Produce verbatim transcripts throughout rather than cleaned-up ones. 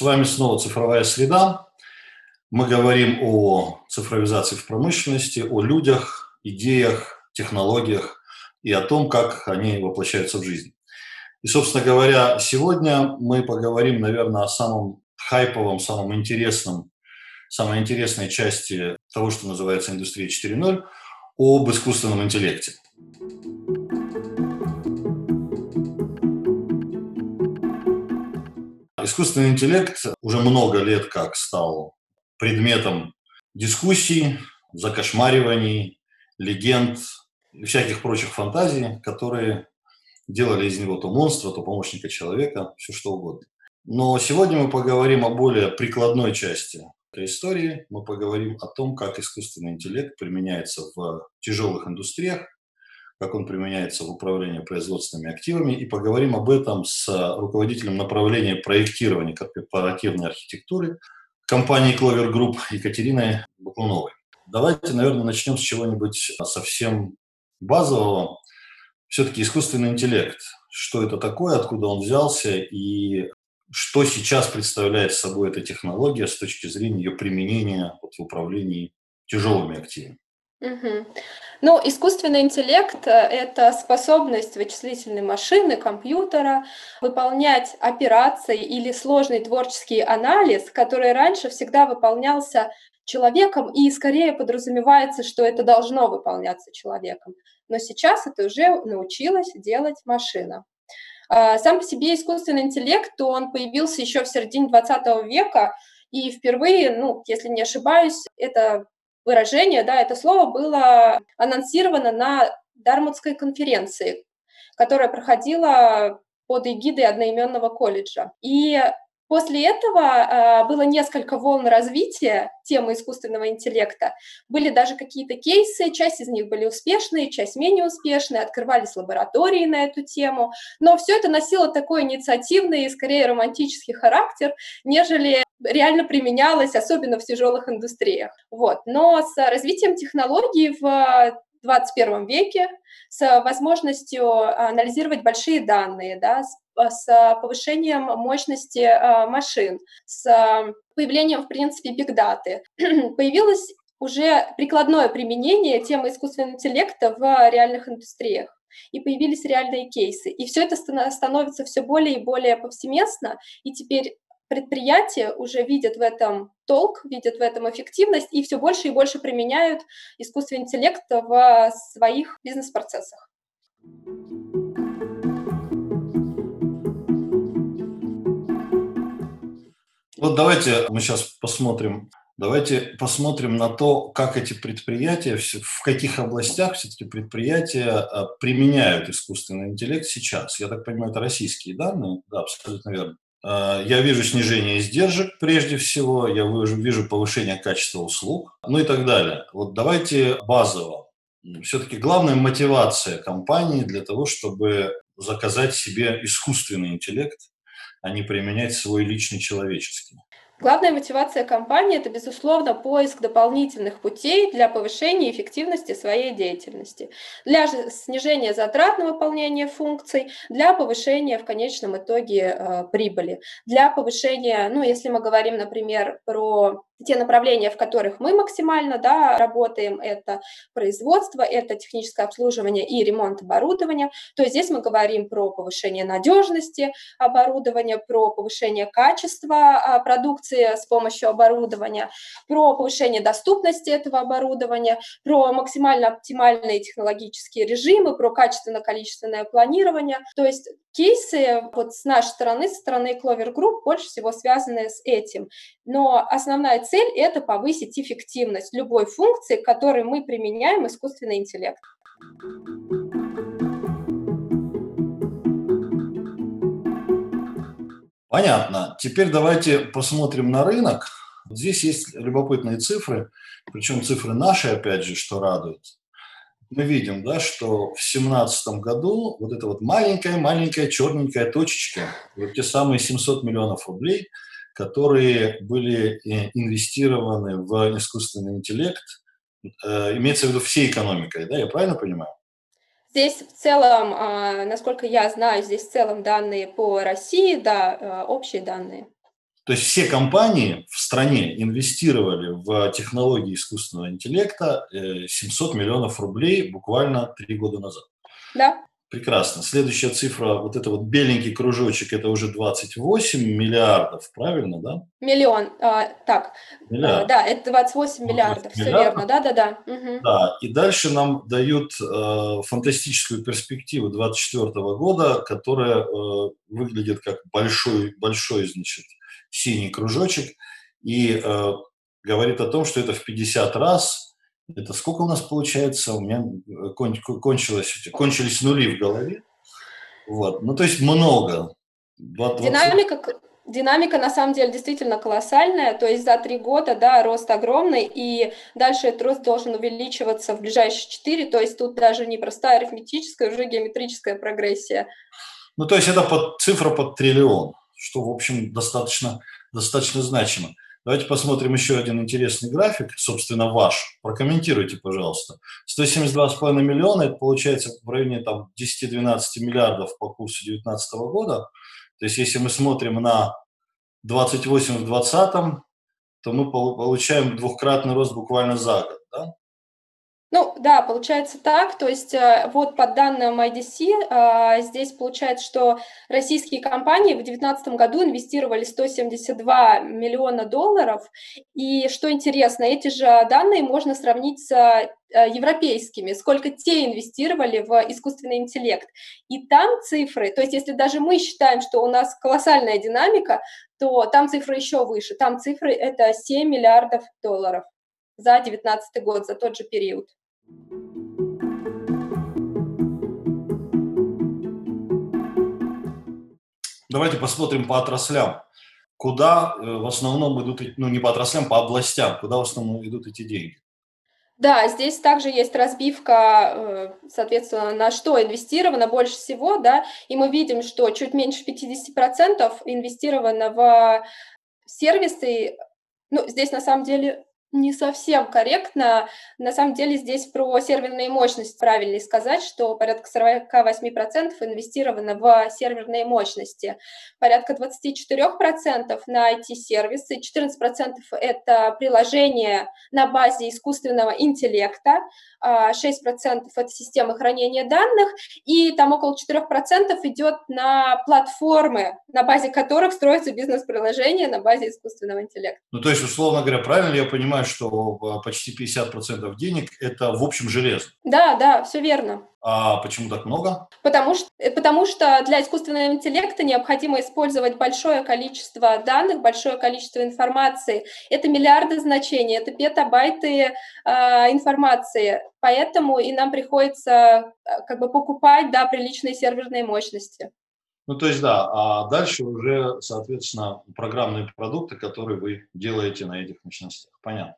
вами снова «Цифровая среда». Мы говорим о цифровизации в промышленности, о людях, идеях, технологиях и о том, как они воплощаются в жизнь. И, собственно говоря, сегодня мы поговорим, наверное, о самом хайповом, самом интересном, самой интересной части того, что называется индустрия четыре ноль, об искусственном интеллекте. Искусственный интеллект уже много лет как стал предметом дискуссий, закошмариваний, легенд и всяких прочих фантазий, которые делали из него то монстра, то помощника человека, все что угодно. Но сегодня мы поговорим о более прикладной части этой истории. Мы поговорим о том, как искусственный интеллект применяется в тяжелых индустриях, как он применяется в управлении производственными активами, и поговорим об этом с руководителем направления проектирования корпоративной архитектуры компании Clover Group Екатериной Баклуновой. Давайте, наверное, начнем с чего-нибудь совсем базового. Все-таки искусственный интеллект. Что это такое, откуда он взялся и что сейчас представляет собой эта технология с точки зрения ее применения вот, в управлении тяжелыми активами? Мгм. Ну, искусственный интеллект– э, это способность вычислительной машины, компьютера выполнять операции или сложный творческий анализ, который раньше всегда выполнялся человеком, и скорее подразумевается, что это должно выполняться человеком. Но сейчас это уже научилась делать машина. А, Сам по себе искусственный интеллект, он появился еще в середине двадцатого века, и впервые, ну, если не ошибаюсь, это выражение, да, это слово было анонсировано на Дармутской конференции, которая проходила под эгидой одноименного колледжа. И после этого а, было несколько волн развития темы искусственного интеллекта. Были даже какие-то кейсы, часть из них были успешные, часть менее успешные, открывались лаборатории на эту тему, но все это носило такой инициативный и скорее романтический характер, нежели реально применялось, особенно в тяжелых индустриях. Вот. Но с развитием технологий в двадцать первом веке, с возможностью анализировать большие данные, да, с с повышением мощности а, машин, с а, появлением, в принципе, бигдаты, появилось уже прикладное применение темы искусственного интеллекта в реальных индустриях. И появились реальные кейсы. И все это становится все более и более повсеместно, и теперь предприятия уже видят в этом толк, видят в этом эффективность и все больше и больше применяют искусственный интеллект в своих бизнес-процессах. Вот давайте мы сейчас посмотрим, давайте посмотрим на то, как эти предприятия, в каких областях все-таки предприятия а, применяют искусственный интеллект сейчас. Я так понимаю, это российские данные, да, абсолютно верно. А, Я вижу снижение издержек прежде всего, я вижу, вижу повышение качества услуг, ну и так далее. Вот давайте базово. Все-таки главная мотивация компании для того, чтобы заказать себе искусственный интеллект, а не применять свой личный человеческий. Главная мотивация компании– это, безусловно, поиск дополнительных путей для повышения эффективности своей деятельности, для же- снижения затрат на выполнение функций, для повышения в конечном итоге э, прибыли, для повышения, ну, если мы говорим, например, про те направления, в которых мы максимально, да, работаем, это производство, это техническое обслуживание и ремонт оборудования, то здесь мы говорим про повышение надежности оборудования, про повышение качества а, продукции с помощью оборудования, про повышение доступности этого оборудования, про максимально оптимальные технологические режимы, про качественно-количественное планирование. То есть кейсы вот с нашей стороны, со стороны Clover Group, больше всего связаны с этим. Но основная цель– это повысить эффективность любой функции, к которой мы применяем искусственный интеллект. Понятно. Теперь давайте посмотрим на рынок. Здесь есть любопытные цифры, причем цифры наши, опять же, что радует. Мы видим, да, что в две тысячи семнадцатом году вот эта вот маленькая-маленькая черненькая точечка, вот те самые семьсот миллионов рублей, которые были э, инвестированы в искусственный интеллект, э, имеется в виду всей экономикой, да, я правильно понимаю? Здесь в целом, а, насколько я знаю, здесь в целом данные по России, да, а, общие данные. То есть все компании в стране инвестировали в технологии искусственного интеллекта э, семьсот миллионов рублей буквально три года назад. Да. Прекрасно. Следующая цифра, вот это вот беленький кружочек, это уже двадцать восемь миллиардов, правильно, да? Миллион. А, так, а, Миллиард. да, это двадцать восемь двадцать восемь миллиардов, все миллиардов. верно, да-да-да. Мгм. Да, и дальше нам дают э, фантастическую перспективу двадцать четвёртого года, которая э, выглядит как большой, большой, значит, синий кружочек, и э, говорит о том, что это в пятьдесят раз. Это сколько у нас получается? У меня э, кон- кончилось, кончились нули в голове. Вот. Ну, то есть много. Два- двадцать. Динамика, к- динамика на самом деле действительно колоссальная, то есть за три года, да, рост огромный, и дальше этот рост должен увеличиваться в ближайшие четыре, то есть тут даже не простая арифметическая, уже геометрическая прогрессия. Ну, то есть это под, цифра под триллион, что, в общем, достаточно, достаточно значимо. Давайте посмотрим еще один интересный график, собственно, ваш. Прокомментируйте, пожалуйста. сто семьдесят два с половиной миллиона, это получается в районе там, десять-двенадцать миллиардов по курсу две тысячи девятнадцатого года. То есть если мы смотрим на двадцать восемь в двадцатом, то мы получаем двухкратный рост буквально за год. Да? Ну да, получается так. То есть э, вот по данным I D C э, здесь получается, что российские компании в две тысячи девятнадцатом году инвестировали сто семьдесят два миллиона долларов. И что интересно, эти же данные можно сравнить с э, европейскими, сколько те инвестировали в искусственный интеллект. И там цифры, то есть если даже мы считаем, что у нас колоссальная динамика, то там цифры еще выше. Там цифры это семь миллиардов долларов за две тысячи девятнадцатый год, за тот же период. Давайте посмотрим по отраслям. Куда э, в основном идут, эти- ну не по отраслям, по областям, куда в основном идут эти деньги? Да, здесь также есть разбивка, э, соответственно, на что инвестировано больше всего, да, и мы видим, что чуть меньше пятьдесят процентов инвестировано в сервисы. Ну, здесь на самом деле не совсем корректно. На самом деле здесь про серверные мощности правильнее сказать, что порядка сорок восемь процентов инвестировано в серверные мощности, порядка двадцать четыре процента на I T-сервисы, четырнадцать процентов это приложения на базе искусственного интеллекта, шесть процентов это системы хранения данных, и там около четыре процента идет на платформы, на базе которых строятся бизнес-приложения на базе искусственного интеллекта. Ну, то есть, условно говоря, правильно ли я понимаю, что э, почти пятьдесят процентов денег – это в общем железо? Да, да, все верно. А почему так много? Потому что, э, потому что для искусственного интеллекта необходимо использовать большое количество данных, большое количество информации. Это миллиарды значений, это петабайты э, информации. Поэтому и нам приходится э, как бы покупать, да, приличные серверные мощности. Ну, то есть, да, а дальше уже, соответственно, программные продукты, которые вы делаете на этих мощностях. Понятно.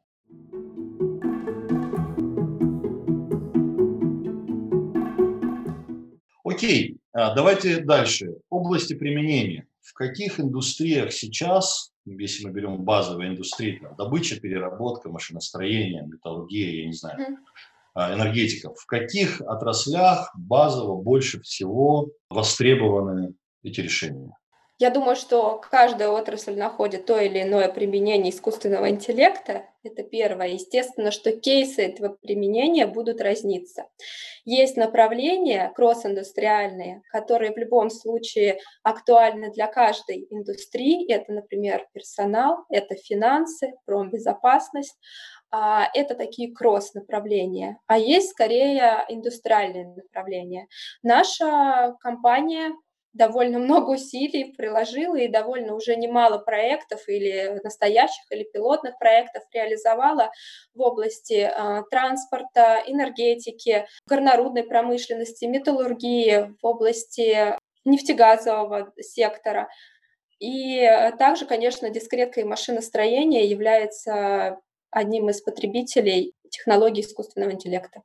Окей, а давайте дальше. Области применения. В каких индустриях сейчас, если мы берем базовые индустрии, там, добыча, переработка, машиностроение, металлургия, я не знаю, Мгм. а, энергетика, в каких отраслях базово больше всего востребованы эти решения? Я думаю, что каждая отрасль находит то или иное применение искусственного интеллекта. Это первое. Естественно, что кейсы этого применения будут разниться. Есть направления кросс-индустриальные, которые в любом случае актуальны для каждой индустрии. Это, например, персонал, это финансы, промбезопасность. А, Это такие кросс-направления. А есть скорее индустриальные направления. Наша компания довольно много усилий приложила и довольно уже немало проектов или настоящих, или пилотных проектов реализовала в области э, транспорта, энергетики, горнорудной промышленности, металлургии, в области нефтегазового сектора. И э, также, конечно, дискретка и машиностроение является одним из потребителей технологий искусственного интеллекта.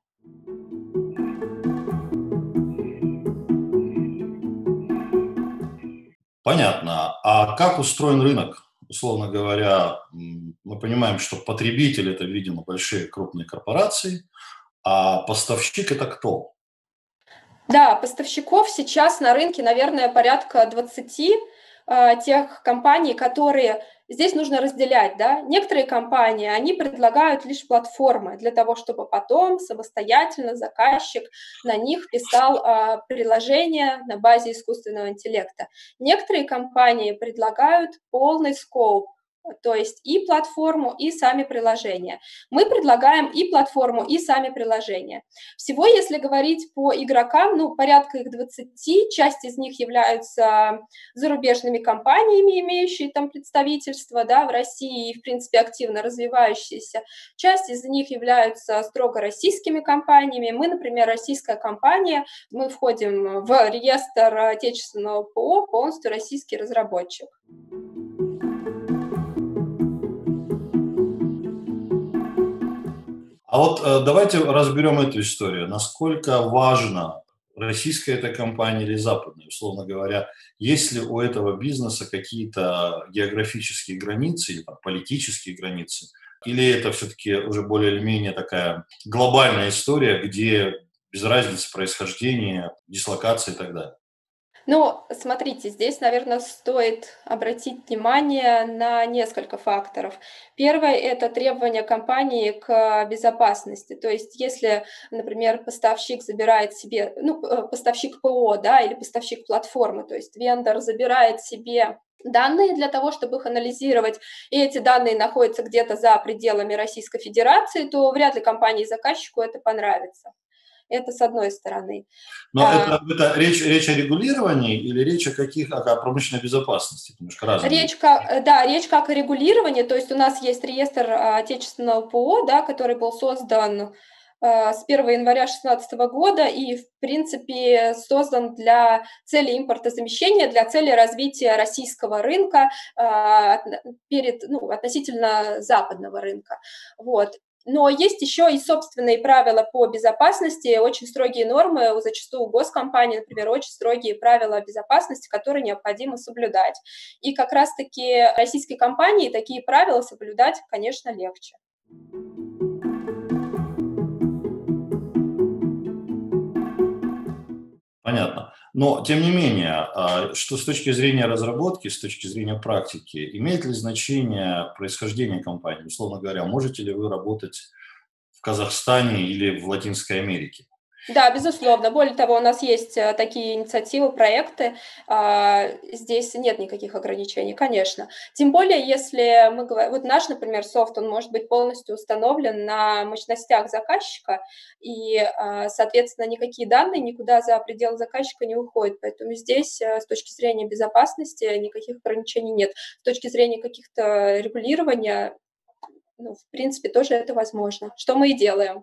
Понятно. А как устроен рынок? Условно говоря, м, мы понимаем, что потребитель – это, видимо, большие крупные корпорации, а поставщик – это кто? Да, поставщиков сейчас на рынке, наверное, порядка двадцати. а, тех компаний, которые здесь нужно разделять, да. Некоторые компании, они предлагают лишь платформы для того, чтобы потом самостоятельно заказчик на них писал а, приложение на базе искусственного интеллекта. Некоторые компании предлагают полный скоп, то есть и платформу, и сами приложения. Мы предлагаем и платформу, и сами приложения. Всего, если говорить по игрокам, ну, порядка их двадцати, часть из них являются зарубежными компаниями, имеющие там представительство, да, в России и, в принципе, активно развивающиеся. Часть из них являются строго российскими компаниями. Мы, например, российская компания, мы входим в реестр отечественного ПО, полностью российский разработчик. А вот э, давайте разберем эту историю. Насколько важно, российская эта компания или западная, условно говоря, есть ли у этого бизнеса какие-то географические границы или там, политические границы, или это все-таки уже более или менее такая глобальная история, где без разницы происхождения, дислокации и так далее? Ну, смотрите, здесь, наверное, стоит обратить внимание на несколько факторов. Первое– это требования компании к безопасности. То есть, если, например, поставщик забирает себе, ну, п- поставщик ПО, да, или поставщик платформы, то есть вендор забирает себе данные для того, чтобы их анализировать, и эти данные находятся где-то за пределами Российской Федерации, то вряд ли компании-заказчику это понравится. Это с одной стороны. Но А, это, это речь, речь о регулировании или речь о каких, о промышленной безопасности? Это немножко разные Речь вещи. как, да, речь как о регулировании, то есть у нас есть реестр а, отечественного ПО, да, который был создан а, с первого января две тысячи шестнадцатого года и, в принципе, создан для цели импортозамещения, для цели развития российского рынка а, перед, ну, относительно западного рынка. Вот. Но есть еще и собственные правила по безопасности, очень строгие нормы, зачастую у госкомпаний, например, очень строгие правила безопасности, которые необходимо соблюдать. И как раз-таки российской компании такие правила соблюдать, конечно, легче. Понятно. Но, тем не менее, а, что с точки зрения разработки, с точки зрения практики, имеет ли значение происхождение компании? Условно говоря, можете ли вы работать в Казахстане или в Латинской Америке? Да, безусловно. Более того, у нас есть э, такие инициативы, проекты. а, Здесь нет никаких ограничений, конечно. Тем более, если мы говорим, вот наш, например, софт, он может быть полностью установлен на мощностях заказчика, и, а, соответственно, никакие данные никуда за пределы заказчика не уходят. Поэтому здесь э, с точки зрения безопасности никаких ограничений нет. С точки зрения каких-то регулирования, ну, в принципе, тоже это возможно, что мы и делаем.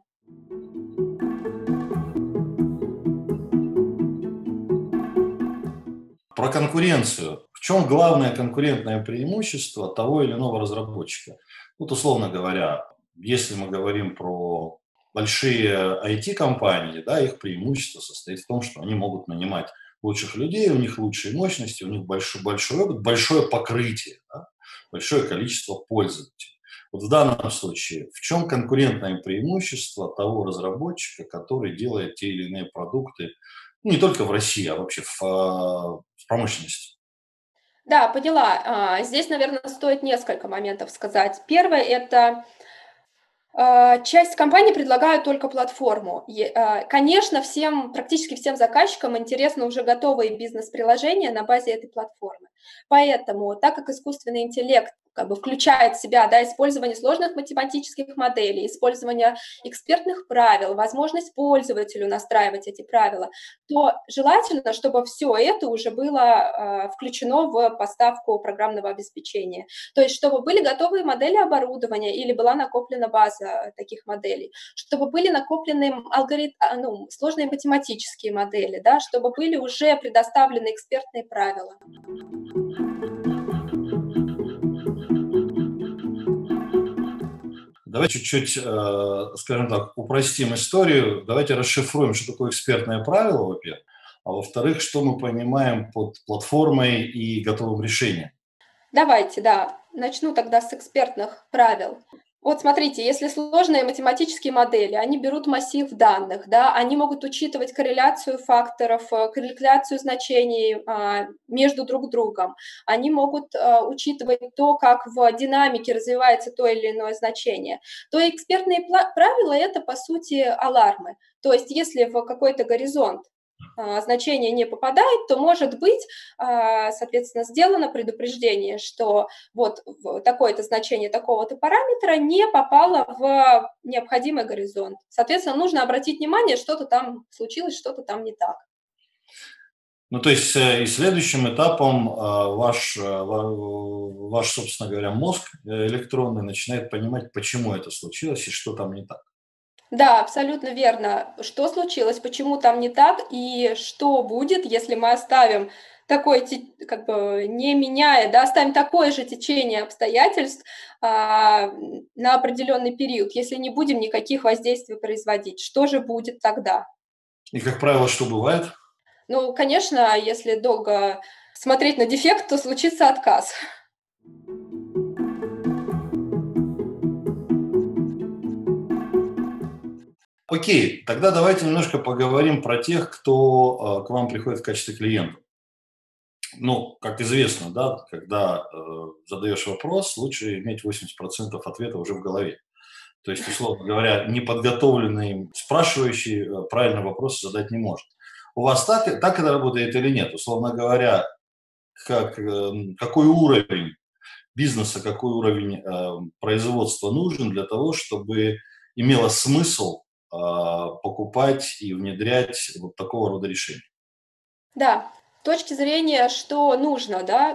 Про конкуренцию. В чем главное конкурентное преимущество того или иного разработчика? Вот, условно говоря, если мы говорим про большие ай ти-компании, да, их преимущество состоит в том, что они могут нанимать лучших людей, у них лучшие мощности, у них большой, большой опыт, большое покрытие, да, большое количество пользователей. Вот в данном случае, в чем конкурентное преимущество того разработчика, который делает те или иные продукты, ну, не только в России, а вообще в, а, в промышленности? Да, поняла. А, Здесь, наверное, стоит несколько моментов сказать. Первое– это а, часть компаний предлагают только платформу. Е- а, Конечно, всем, практически всем заказчикам интересны уже готовые бизнес-приложения на базе этой платформы. Поэтому, так как искусственный интеллект как бы включает в себя, да, использование сложных математических моделей, использование экспертных правил, возможность пользователю настраивать эти правила, то желательно, чтобы все это уже было а, включено в поставку программного обеспечения. То есть чтобы были готовые модели оборудования или была накоплена база таких моделей, чтобы были накоплены алгорит... а, ну, сложные математические модели, да, чтобы были уже предоставлены экспертные правила. Давай чуть-чуть, э, скажем так, упростим историю. Давайте расшифруем, что такое экспертное правило, во-первых, а во-вторых, что мы понимаем под платформой и готовым решением. Давайте, да, начну тогда с экспертных правил. Вот смотрите, если сложные математические модели, они берут массив данных, да, они могут учитывать корреляцию факторов, э, корреляцию значений а, между друг другом, они могут а, учитывать то, как в динамике развивается то или иное значение, то экспертные правила – это, по сути, алармы. То есть если в какой-то горизонт значение не попадает, то может быть, соответственно, сделано предупреждение, что вот такое-то значение такого-то параметра не попало в необходимый горизонт. Соответственно, нужно обратить внимание, что-то там случилось, что-то там не так. Ну, то есть и следующим этапом ваш, ваш, собственно говоря, мозг электронный начинает понимать, почему это случилось и что там не так. Да, абсолютно верно. Что случилось, почему там не так, и что будет, если мы оставим такое, как бы не меняя, да, оставим такое же течение обстоятельств а, на определенный период, если не будем никаких воздействий производить. Что же будет тогда? И, как правило, что бывает? Ну, конечно, если долго смотреть на дефект, то случится отказ. Окей, тогда давайте немножко поговорим про тех, кто э, к вам приходит в качестве клиента. Ну, как известно, да, когда э, задаешь вопрос, лучше иметь восемьдесят процентов ответа уже в голове. То есть, условно говоря, неподготовленный спрашивающий э, правильный вопрос задать не может. У вас так, так это работает или нет? Условно говоря, как, э, какой уровень бизнеса, какой уровень э, производства нужен для того, чтобы имело смысл э, покупать и внедрять вот такого рода решения? Да, с точки зрения, что нужно, да,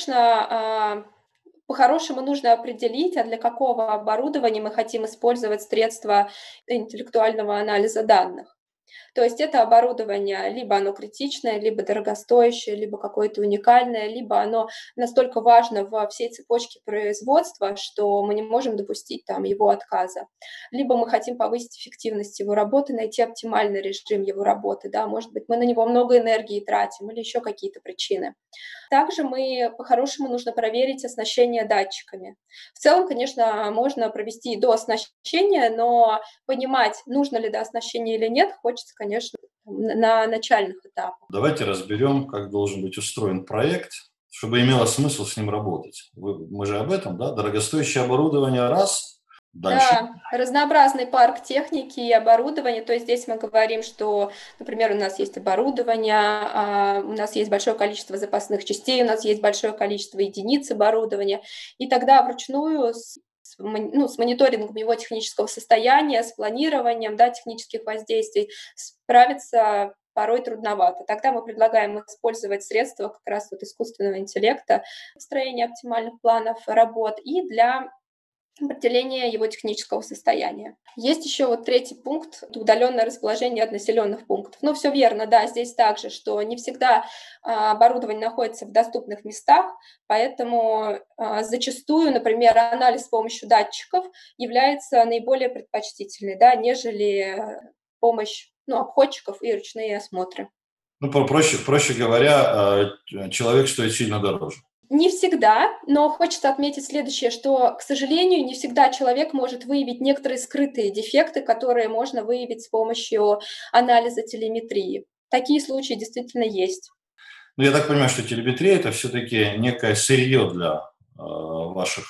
конечно, по-хорошему нужно определить, а для какого оборудования мы хотим использовать средства интеллектуального анализа данных. То есть это оборудование, либо оно критичное, либо дорогостоящее, либо какое-то уникальное, либо оно настолько важно во всей цепочке производства, что мы не можем допустить там его отказа. Либо мы хотим повысить эффективность его работы, найти оптимальный режим его работы, да, может быть, мы на него много энергии тратим или еще какие-то причины. Также мы, по-хорошему, нужно проверить оснащение датчиками. В целом, конечно, можно провести дооснащение, но понимать, нужно ли дооснащение или нет, хочется, конечно, на начальных этапах. Давайте разберем, как должен быть устроен проект, чтобы имело смысл с ним работать. Вы, мы же об этом, да? Дорогостоящее оборудование – раз. Дальше. Да, разнообразный парк техники и оборудования. То есть здесь мы говорим, что, например, у нас есть оборудование, у нас есть большое количество запасных частей, у нас есть большое количество единиц оборудования. И тогда вручную с, ну, с мониторингом его технического состояния, с планированием, да, технических воздействий справиться порой трудновато. Тогда мы предлагаем использовать средства как раз вот искусственного интеллекта, строения оптимальных планов работ и для определение его технического состояния. Есть еще вот третий пункт – удаленное расположение от населенных пунктов. Ну, все верно, да, здесь также, что не всегда а, оборудование находится в доступных местах, поэтому а, зачастую, например, анализ с помощью датчиков является наиболее предпочтительной, да, нежели помощь, ну, обходчиков и ручные осмотры. Ну, проще, проще говоря, человек стоит сильно дороже. Не всегда, но хочется отметить следующее, что, к сожалению, не всегда человек может выявить некоторые скрытые дефекты, которые можно выявить с помощью анализа телеметрии. Такие случаи действительно есть. Ну, я так понимаю, что телеметрия – это все-таки некое сырье для, э, ваших,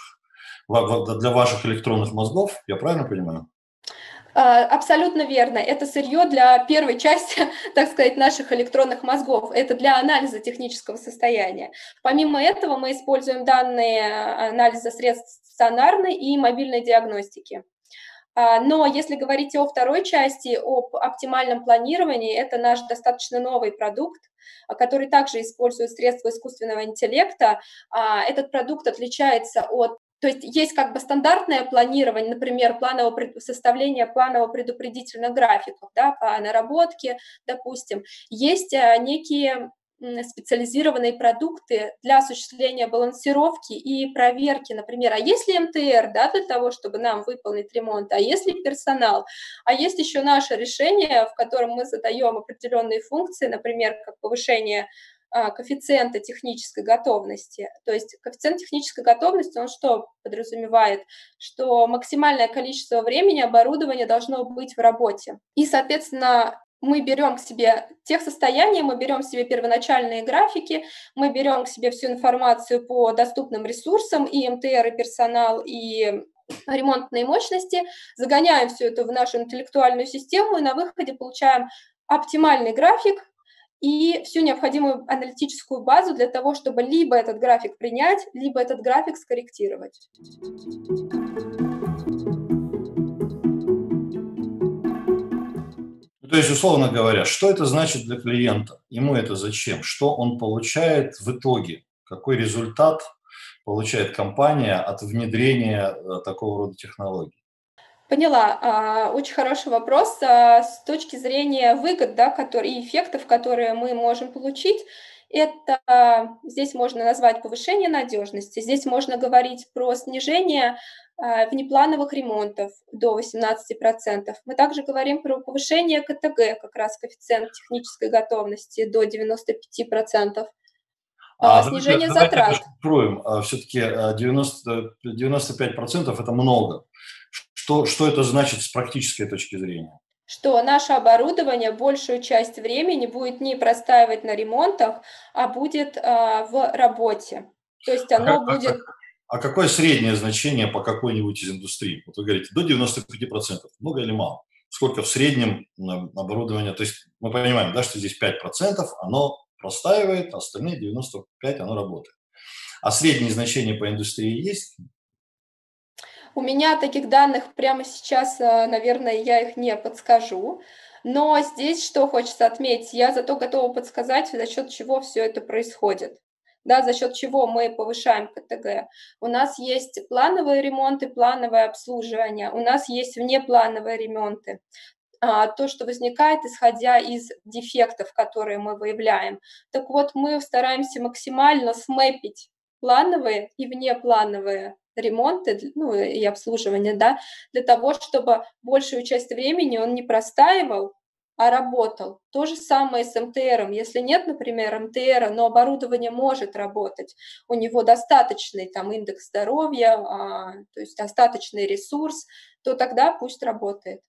для ваших электронных мозгов, я правильно понимаю? Абсолютно верно. Это сырье для первой части, так сказать, наших электронных мозгов. Это для анализа технического состояния. Помимо этого мы используем данные анализа средств стационарной и мобильной диагностики. Но если говорить о второй части, об оптимальном планировании, это наш достаточно новый продукт, который также использует средства искусственного интеллекта. Этот продукт отличается от То есть есть как бы стандартное планирование, например, планового, составление планово-предупредительных графиков, да, по наработке, допустим. Есть некие специализированные продукты для осуществления балансировки и проверки, например, а есть ли эм тэ эр, да, для того, чтобы нам выполнить ремонт, а есть ли персонал, а есть еще наше решение, в котором мы задаем определенные функции, например, как повышение а, коэффициента технической готовности. То есть коэффициент технической готовности, он что подразумевает? Что максимальное количество времени оборудование должно быть в работе. И, соответственно, мы берем к себе тех состояний, мы берем к себе первоначальные графики, мы берем к себе всю информацию по доступным ресурсам, и эм тэ эр, и персонал, и ремонтные мощности, загоняем все это в нашу интеллектуальную систему, и на выходе получаем оптимальный график и всю необходимую аналитическую базу для того, чтобы либо этот график принять, либо этот график скорректировать. То есть, условно говоря, что это значит для клиента? Ему это зачем? Что он получает в итоге? Какой результат получает компания от внедрения такого рода технологий? Поняла. Очень хороший вопрос. С точки зрения выгод, да, которые, и эффектов, которые мы можем получить, это здесь можно назвать повышение надежности, здесь можно говорить про снижение внеплановых ремонтов до восемнадцати процентов. Мы также говорим про повышение ка тэ гэ, как раз коэффициент технической готовности, до девяноста пяти процентов. А Снижение давайте, затрат. Давайте откроем. Все-таки девяносто, девяносто пять процентов – это много. Что, что это значит с практической точки зрения? Что наше оборудование большую часть времени будет не простаивать на ремонтах, а будет а, в работе. То есть оно а, будет... А, а какое среднее значение по какой-нибудь из индустрий? Вот вы говорите, до девяноста пяти процентов. Много или мало? Сколько в среднем оборудования? То есть мы понимаем, да, что здесь пять процентов, оно простаивает, а остальные девяносто пять процентов оно работает. А средние значения по индустрии есть? У меня таких данных прямо сейчас, наверное, я их не подскажу. Но здесь что хочется отметить, я зато готова подсказать, за счет чего все это происходит. Да, за счет чего мы повышаем ка тэ гэ. У нас есть плановые ремонты, плановое обслуживание, у нас есть внеплановые ремонты. А, то, что возникает, исходя из дефектов, которые мы выявляем. Так вот, мы стараемся максимально смэпить плановые и внеплановые ремонты, ну и обслуживание, да, для того, чтобы большую часть времени он не простаивал, а работал. То же самое с эм тэ эром. Если нет, например, эм тэ эра, но оборудование может работать, у него достаточный там индекс здоровья, а, то есть достаточный ресурс, то тогда пусть работает.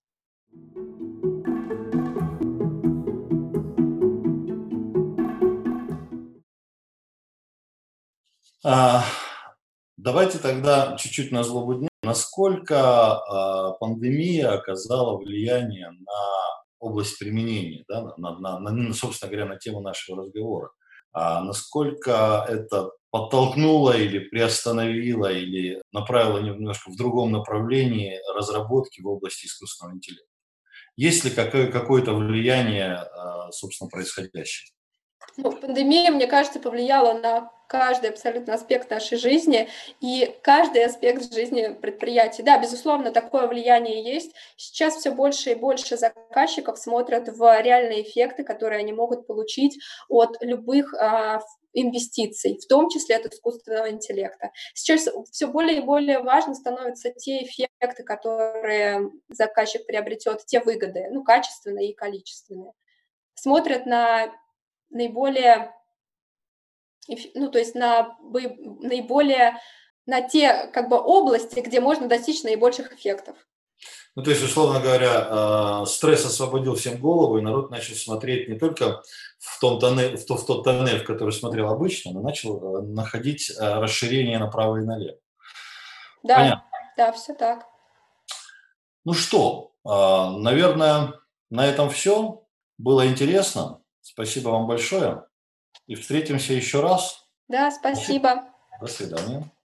А, давайте тогда чуть-чуть на злобу дня. Насколько а, пандемия оказала влияние на область применения, да, на, на, на, собственно говоря, на тему нашего разговора? А насколько это подтолкнуло или приостановило, или направило немножко в другом направлении разработки в области искусственного интеллекта? Есть ли какое- какое-то влияние, собственно, происходящее? Ну, пандемия, мне кажется, повлияла на каждый абсолютно аспект нашей жизни и каждый аспект жизни предприятий. Да, безусловно, такое влияние есть. Сейчас все больше и больше заказчиков смотрят в реальные эффекты, которые они могут получить от любых а, инвестиций, в том числе от искусственного интеллекта. Сейчас все более и более важно становятся те эффекты, которые заказчик приобретет, те выгоды, ну, качественные и количественные. Смотрят на наиболее, ну, то есть на наиболее, на те как бы области, где можно достичь наибольших эффектов. Ну, то есть, условно говоря, стресс освободил всем голову, и народ начал смотреть не только в, том тоннель, в, то, в тот тоннель, в который смотрел обычно, но начал находить расширение направо и налево. Да, Понятно. Да, все так. Ну что, наверное, на этом все. Было интересно. Спасибо вам большое. И встретимся еще раз. Да, спасибо. До свидания.